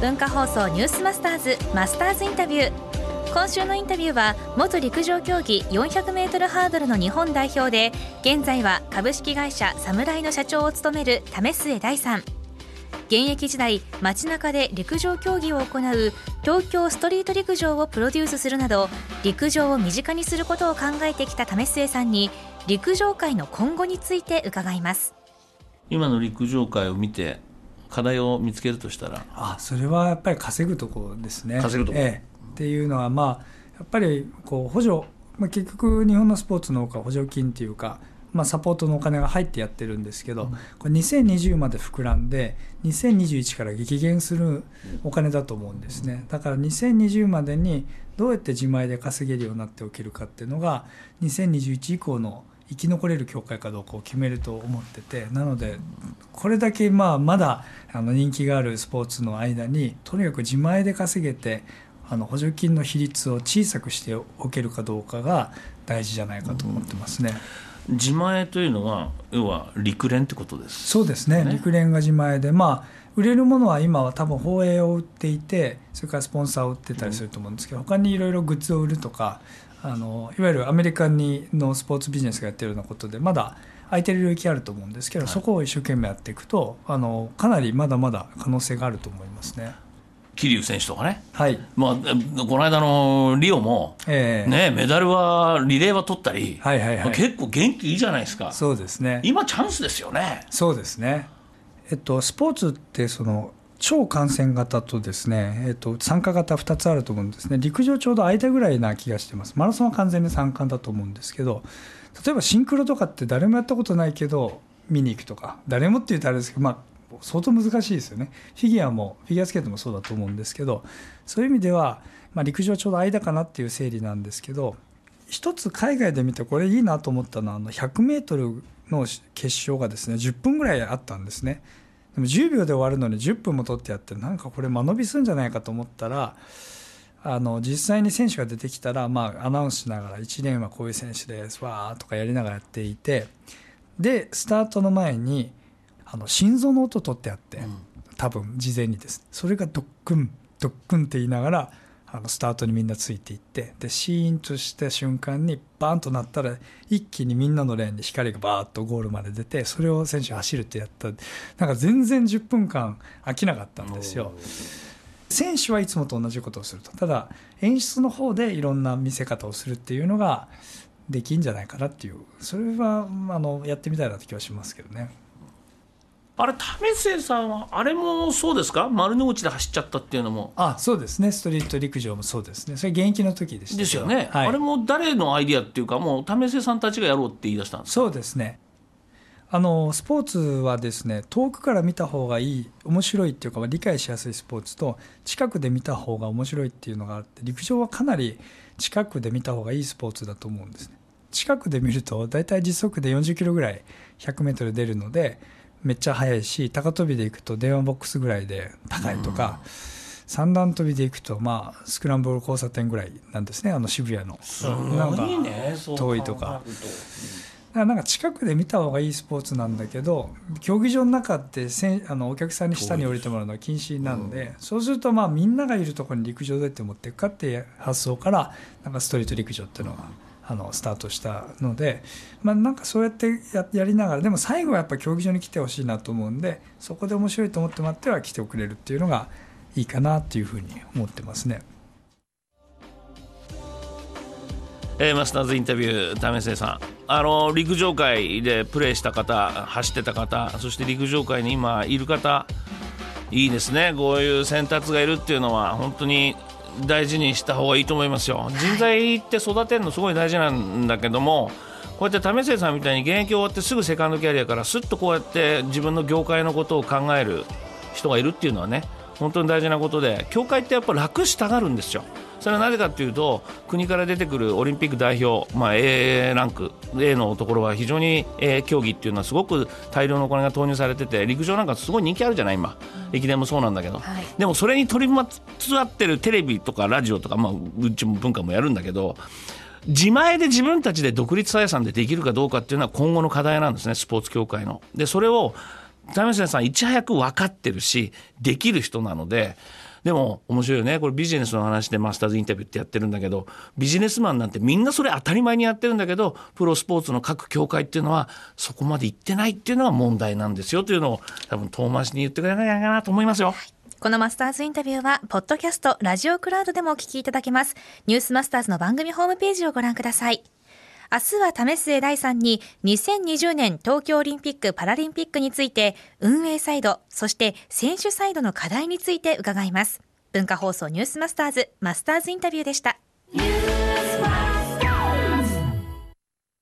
文化放送ニュースマスターズマスターズインタビュー。今週のインタビューは元陸上競技 400m ハードルの日本代表で現在は株式会社サムライの社長を務める為末大さん。現役時代街中で陸上競技を行う東京ストリート陸上をプロデュースするなど陸上を身近にすることを考えてきた為末さんに陸上界の今後について伺います。 今の陸上界を見て課題を見つけるとしたら、 それはやっぱり稼ぐところですね。 稼ぐところ、 っていうのはやっぱり補助、結局日本のスポーツの多くは補助金というか、サポートのお金が入ってやってるんですけど、これ2020まで膨らんで2021から激減するお金だと思うんですね。だから2020までにどうやって自前で稼げるようになっておけるかっていうのが2021以降の生き残れる協会かどうかを決めると思ってて、なのでこれだけまだ人気があるスポーツの間にとにかく自前で稼げて補助金の比率を小さくしておけるかどうかが大事じゃないかと思ってますね。 自前というのは要は陸連ってことです。 そうですね、陸連が自前で、売れるものは今は多分放映を売っていてそれからスポンサーを売ってたりすると思うんですけど、他にいろいろグッズを売るとかいわゆるアメリカのスポーツビジネスがやってるようなことでまだ空いてる領域あると思うんですけど、そこを一生懸命やっていくとかなりまだまだ可能性があると思いますね。 桐生選手とかね、 この間のリオも、メダルはリレーは取ったり、結構元気いいじゃないですか。 そうですね、 今チャンスですよね。 そうですね、スポーツって超感染型とですね、参加型2つあると思うんですね。陸上ちょうど間ぐらいな気がしてます。マラソンは完全に参加だと思うんですけど、例えばシンクロとかって誰もやったことないけど見に行くとか、誰もって言うとあれですけど、相当難しいですよね。フィギュアスケートもそうだと思うんですけど、そういう意味では、陸上はちょうど間かなっていう整理なんですけど、一つ海外で見てこれいいなと思ったのは100メートルの決勝がですね10分ぐらいあったんですね。でも10秒で終わるのに10分も取ってやって、なんかこれ間延びするんじゃないかと思ったら、実際に選手が出てきたら、アナウンスしながら1レーンはこういう選手ですわーとかやりながらやっていて、でスタートの前に心臓の音取ってあって、多分事前にです、それがドックンドックンって言いながらスタートにみんなついていって、でシーンとした瞬間にバーンとなったら一気にみんなのレーンに光がバーッとゴールまで出て、それを選手走るってやった。なんか全然10分間飽きなかったんですよ。選手はいつもと同じことをすると、ただ演出の方でいろんな見せ方をするっていうのができんじゃないかなっていう、それはやってみたいなって気はしますけどね。 あれ為末さんはあれもそうですか、丸の内で走っちゃったっていうのも。 そうですね、ストリート陸上もそうですね。それ現役の時でしたですよね、あれも誰のアイディアっていうか、もう為末さんたちがやろうって言い出したんですか。 そうですね、スポーツはですね、遠くから見た方がいい、面白いっていうか理解しやすいスポーツと、近くで見た方が面白いっていうのがあって、陸上はかなり近くで見た方がいいスポーツだと思うんですね。近くで見るとだいたい時速で40キロぐらい100メートル出るのでめっちゃ速いし、高跳びで行くと電話ボックスぐらいで高いとか、三段跳びで行くとスクランブル交差点ぐらいなんですね、渋谷の。 すごいね、 遠いとか。なんか近くで見た方がいいスポーツなんだけど、競技場の中ってお客さんに下に降りてもらうのは禁止なんで、そうするとみんながいるところに陸上どうやって持っていくかっていう発想から、なんかストリート陸上っていうのがスタートしたので、なんかそうやってやりながら、でも最後はやっぱり競技場に来てほしいなと思うんで、そこで面白いと思ってもらっては来てくれるっていうのがいいかなっていうふうに思ってますね。 マスターズインタビュー、為末さん、陸上界でプレーした方、走ってた方、そして陸上界に今いる方、いいですね。こういう先達がいるっていうのは本当に大事にした方がいいと思いますよ。人材って育てるのすごい大事なんだけども、こうやって為末さんみたいに現役終わってすぐセカンドキャリアからスッとこうやって自分の業界のことを考える人がいるっていうのはね、本当に大事なことで、協会ってやっぱ楽したがるんですよ。それはなぜかというと、国から出てくるオリンピック代表、A ランク A のところは非常に競技っていうのはすごく大量のお金が投入されてて、陸上なんかすごい人気あるじゃない今、駅伝もそうなんだけど、でもそれに取りまつわってるテレビとかラジオとか、うちも文化もやるんだけど、自前で自分たちで独立採算でできるかどうかっていうのは今後の課題なんですね、スポーツ協会の。でそれを為末さんいち早く分かってるしできる人なので、 でも面白いよね、これビジネスの話でマスターズインタビューってやってるんだけど、ビジネスマンなんてみんなそれ当たり前にやってるんだけど、プロスポーツの各協会っていうのはそこまで行ってないっていうのが問題なんですよというのを多分遠回しに言ってくれないかなと思いますよ。 このマスターズインタビューはポッドキャスト、ラジオクラウドでもお聞きいただけます。ニュースマスターズの番組ホームページをご覧ください。明日は為末大さんに2020年東京オリンピック・パラリンピックについて、運営サイド、そして選手サイドの課題について伺います。文化放送ニュースマスターズ、マスターズインタビューでした。